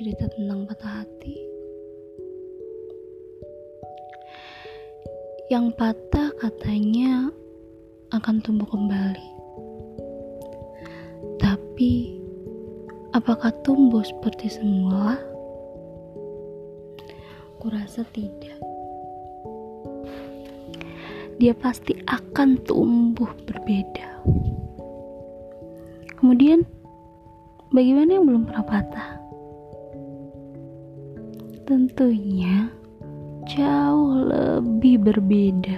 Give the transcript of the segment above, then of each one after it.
cerita tentang patah hati. Yang patah katanya akan tumbuh kembali. Tapi, apakah tumbuh seperti semula? Kurasa tidak. Dia pasti akan tumbuh berbeda. Kemudian, bagaimana yang belum pernah patah? Tentunya jauh lebih berbeda.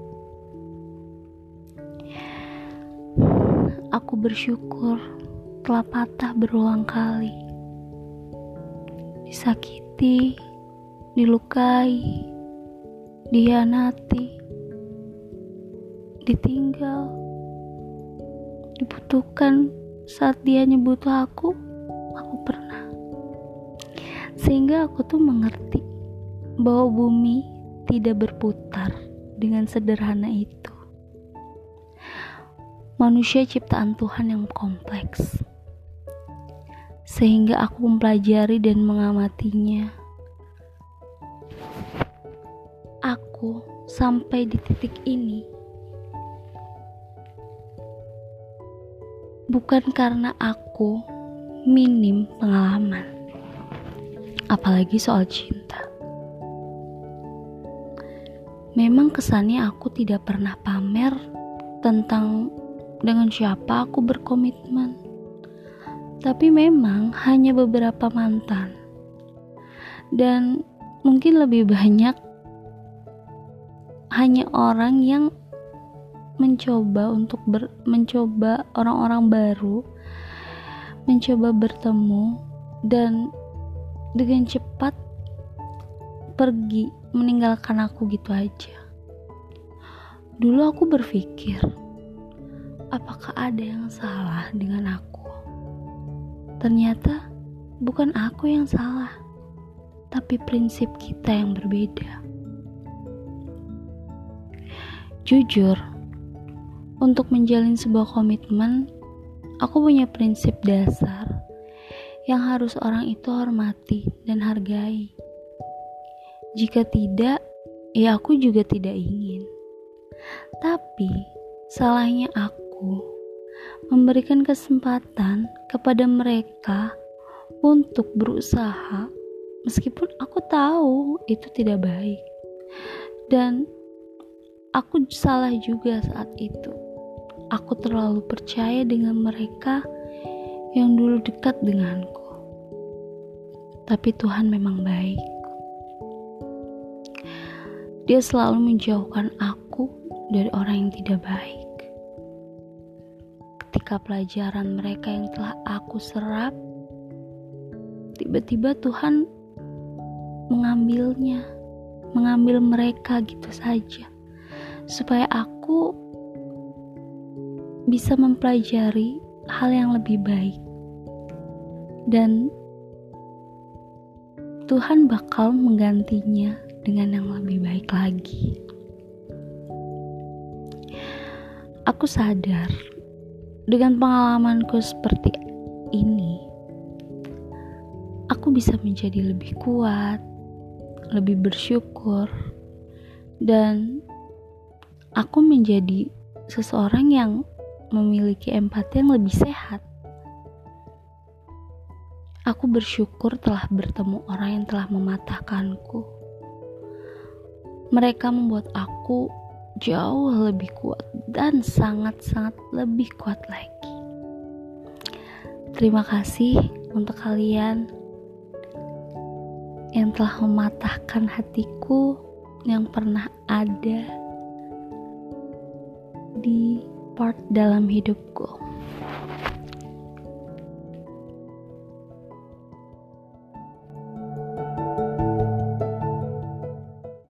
Aku bersyukur telah patah berulang kali. Disakiti, dilukai, dihianati, ditinggal, dibutuhkan saat dia hanya butuh aku pernah. Sehingga aku tuh mengerti bahwa bumi tidak berputar dengan sederhana itu. Manusia ciptaan Tuhan yang kompleks. Sehingga aku mempelajari dan mengamatinya. Aku sampai di titik ini bukan karena aku minim pengalaman, apalagi soal cinta. Memang kesannya aku tidak pernah pamer tentang dengan siapa aku berkomitmen. Tapi memang hanya beberapa mantan. Dan mungkin lebih banyak hanya orang yang mencoba orang-orang baru, mencoba bertemu dan dengan cepat pergi meninggalkan aku gitu aja. Dulu aku berpikir, apakah ada yang salah dengan aku? Ternyata bukan aku yang salah, tapi prinsip kita yang berbeda. Jujur, untuk menjalin sebuah komitmen, aku punya prinsip dasar yang harus orang itu hormati dan hargai. Jika tidak, ya aku juga tidak ingin. Tapi, salahnya aku memberikan kesempatan kepada mereka untuk berusaha, meskipun aku tahu itu tidak baik. Dan aku salah juga saat itu. Aku terlalu percaya dengan mereka yang dulu dekat denganku. Tapi Tuhan memang baik. Dia selalu menjauhkan aku dari orang yang tidak baik. Ketika pelajaran mereka yang telah aku serap, tiba-tiba Tuhan mengambil mereka gitu saja, supaya aku bisa mempelajari hal yang lebih baik. Dan Tuhan bakal menggantinya dengan yang lebih baik lagi. Aku sadar dengan pengalamanku seperti ini, aku bisa menjadi lebih kuat, lebih bersyukur, dan aku menjadi seseorang yang memiliki empati yang lebih sehat. Aku bersyukur telah bertemu orang yang telah mematahkanku. Mereka membuat aku jauh lebih kuat dan sangat-sangat lebih kuat lagi. Terima kasih untuk kalian yang telah mematahkan hatiku yang pernah ada di part dalam hidupku.